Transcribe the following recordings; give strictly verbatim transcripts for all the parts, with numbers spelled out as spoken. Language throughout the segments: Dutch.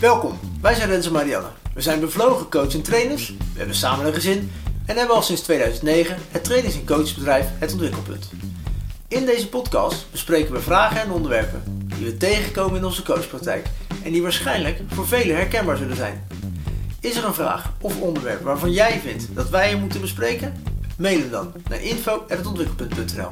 Welkom, wij zijn Rens en Marianne. We zijn bevlogen coach en trainers, we hebben samen een gezin en hebben al sinds tweeduizend negen het trainings- en coachbedrijf Het Ontwikkelpunt. In deze podcast bespreken we vragen en onderwerpen die we tegenkomen in onze coachpraktijk en die waarschijnlijk voor velen herkenbaar zullen zijn. Is er een vraag of onderwerp waarvan jij vindt dat wij je moeten bespreken? Mail hem dan naar info at het ontwikkelpunt punt n l.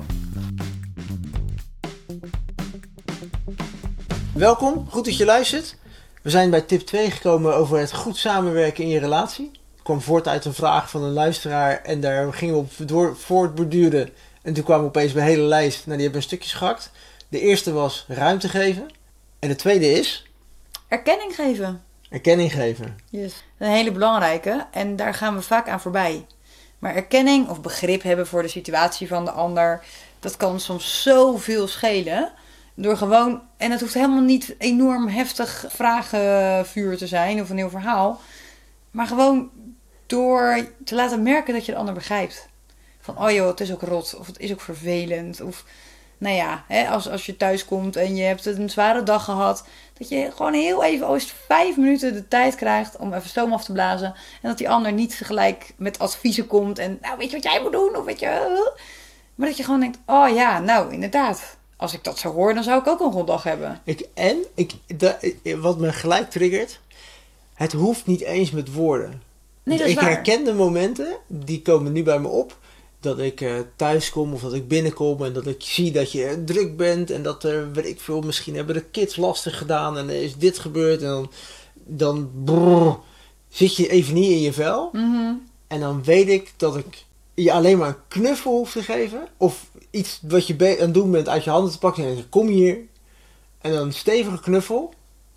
Welkom, goed dat je luistert. We zijn bij tip twee gekomen over het goed samenwerken in je relatie. Het kwam voort uit een vraag van een luisteraar en daar gingen we op door, voortborduren. En toen kwamen we opeens bij een hele lijst, nou die hebben we in stukjes gehakt. De eerste was ruimte geven. En de tweede is? Erkenning geven. Erkenning geven. Yes. Een hele belangrijke en daar gaan we vaak aan voorbij. Maar erkenning of begrip hebben voor de situatie van de ander, dat kan soms zoveel schelen. Door gewoon, en het hoeft helemaal niet enorm heftig vragenvuur te zijn of een heel verhaal. Maar gewoon door te laten merken dat je de ander begrijpt. Van, oh joh, het is ook rot of het is ook vervelend. Of, nou ja, hè, als, als je thuis komt en je hebt een zware dag gehad. Dat je gewoon heel even, al is het vijf minuten de tijd krijgt om even stoom af te blazen. En dat die ander niet gelijk met adviezen komt. En nou, weet je wat jij moet doen? Of weet je... Maar dat je gewoon denkt, oh ja, nou inderdaad. Als ik dat zo hoor, dan zou ik ook een rotdag hebben. Ik, en, ik, da, wat me gelijk triggert, het hoeft niet eens met woorden. Nee, dat is ik waar. herken de momenten, die komen nu bij me op, dat ik uh, thuis kom of dat ik binnenkom en dat ik zie dat je druk bent en dat er, weet ik veel, misschien hebben de kids lastig gedaan en er is dit gebeurd en dan, dan brrr, zit je even niet in je vel. Mm-hmm. En dan weet ik dat ik je alleen maar een knuffel hoef te geven of iets wat je be- aan het doen bent uit je handen te pakken en dan zeg je, kom hier en dan een stevige knuffel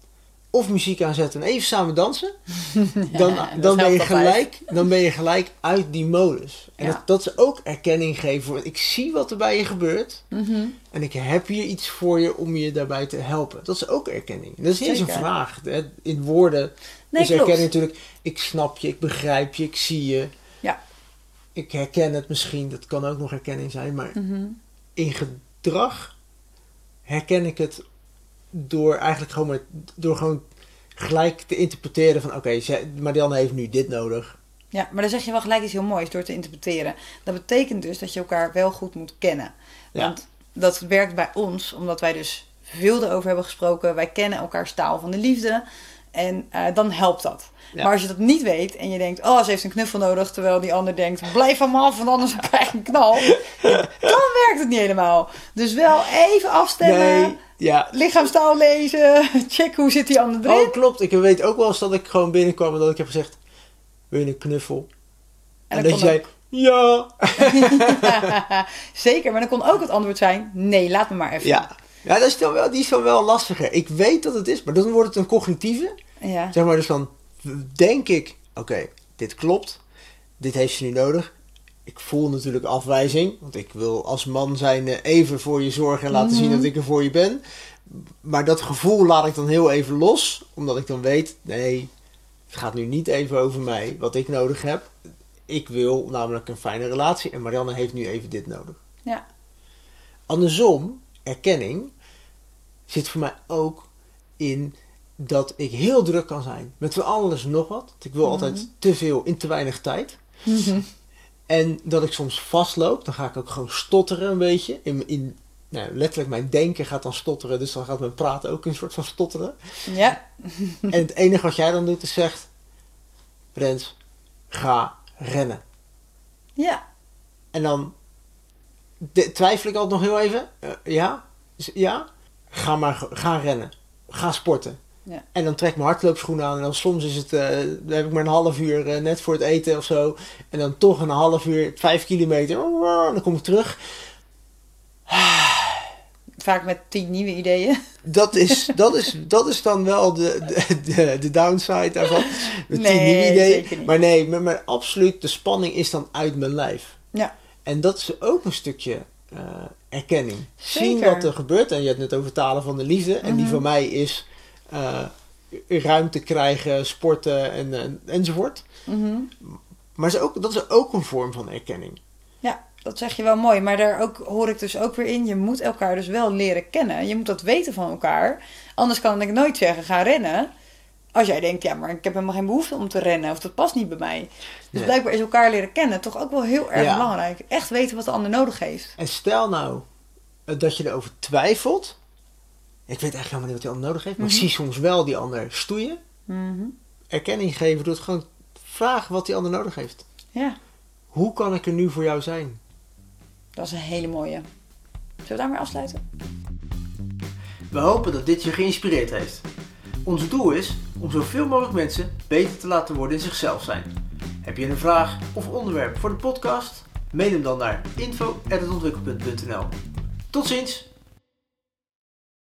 of muziek aanzetten en even samen dansen. Dan, Ja, dan, ben je altijd. gelijk, dan ben je gelijk uit die modus. En Ja. dat, dat is ook erkenning geven. Want ik zie wat er bij je gebeurt. Mm-hmm. En ik heb hier iets voor je om je daarbij te helpen. Dat is ook erkenning. Dat is niet eens een Zeker. vraag. Hè. In woorden Nee, is klopt. erkenning natuurlijk. Ik snap je, ik begrijp je, ik zie je. Ja. Ik herken het misschien. Dat kan ook nog herkenning zijn. Maar Mm-hmm. in gedrag herken ik het door eigenlijk gewoon, maar, door gewoon gelijk te interpreteren van oké, okay, Marianne heeft nu dit nodig. Ja, maar dan zeg je wel gelijk iets heel moois door te interpreteren. Dat betekent dus dat je elkaar wel goed moet kennen. Ja. Want dat werkt bij ons, omdat wij dus veel erover hebben gesproken. Wij kennen elkaars taal van de liefde. En uh, dan helpt dat. Ja. Maar als je dat niet weet en je denkt, oh, ze heeft een knuffel nodig. Terwijl die ander denkt, blijf van me af, want anders krijg ik een knal. Dan werkt het niet helemaal. Dus wel even afstemmen. Nee, ja. Lichaamstaal lezen. Check hoe zit die ander erin. Oh, klopt. Ik weet ook wel eens dat ik gewoon binnenkwam en dat ik heb gezegd, wil je een knuffel? En, En dat dan je zei, kon ja. Zeker, maar dan kon ook het antwoord zijn, nee, laat me maar even. Ja, ja dat is dan wel, die is dan wel lastiger. Ik weet dat het is, maar dan wordt het een cognitieve. Ja. Zeg maar, dus dan denk ik, oké, okay, dit klopt. Dit heeft ze nu nodig. Ik voel natuurlijk afwijzing, want ik wil als man zijn even voor je zorgen en laten Mm-hmm. zien dat ik er voor je ben. Maar dat gevoel laat ik dan heel even los, omdat ik dan weet, nee, het gaat nu niet even over mij, wat ik nodig heb. Ik wil namelijk een fijne relatie en Marianne heeft nu even dit nodig. Ja. Andersom, erkenning, zit voor mij ook in dat ik heel druk kan zijn met van alles en nog wat. Want ik wil Mm-hmm. altijd te veel in te weinig tijd. Mm-hmm. En dat ik soms vastloop, dan ga ik ook gewoon stotteren een beetje. In, in, nou, letterlijk mijn denken gaat dan stotteren, dus dan gaat mijn praten ook een soort van stotteren. Ja. En het enige wat jij dan doet is zegt, Rens, ga rennen. Ja. En dan de, twijfel ik altijd nog heel even. Uh, ja? Z- ja? Ga maar ga rennen. Ga sporten. Ja. En dan trek ik mijn hardloopschoenen aan. En dan soms is het, uh, dan heb ik maar een half uur uh, net voor het eten of zo. En dan toch een half uur, vijf kilometer. En dan kom ik terug. Vaak met tien nieuwe ideeën. Dat is, dat is, dat is dan wel de, de, de, de downside daarvan. Met Nee, tien nieuwe ideeën. zeker niet. Maar nee, maar, maar absoluut, de spanning is dan uit mijn lijf. Ja. En dat is ook een stukje uh, erkenning. Zien Zeker. wat er gebeurt. En je hebt het net over talen van de liefde. En die Mhm. van mij is uh, ruimte krijgen, sporten en, uh, enzovoort. Mm-hmm. Maar is ook, dat is ook een vorm van erkenning. Ja, dat zeg je wel mooi. Maar daar ook, hoor ik dus ook weer in. Je moet elkaar dus wel leren kennen. Je moet dat weten van elkaar. Anders kan ik nooit zeggen, ga rennen. Als jij denkt, ja, maar ik heb helemaal geen behoefte om te rennen. Of dat past niet bij mij. Dus Nee. blijkbaar is elkaar leren kennen toch ook wel heel erg Ja. belangrijk. Echt weten wat de ander nodig heeft. En stel nou eh, dat je erover twijfelt. Ik weet eigenlijk helemaal niet wat die ander nodig heeft. Maar Mhm. ik zie soms wel die ander stoeien. Mhm. Erkenning geven door het gewoon vragen wat die ander nodig heeft. Ja, Hoe kan ik er nu voor jou zijn? dat is een hele mooie. Zullen we daarmee afsluiten? We hopen dat dit je geïnspireerd heeft. Ons doel is om zoveel mogelijk mensen beter te laten worden in zichzelf zijn. Heb je een vraag of onderwerp voor de podcast? Mail hem dan naar info apenstaartje het ontwikkelpunt punt n l. Tot ziens!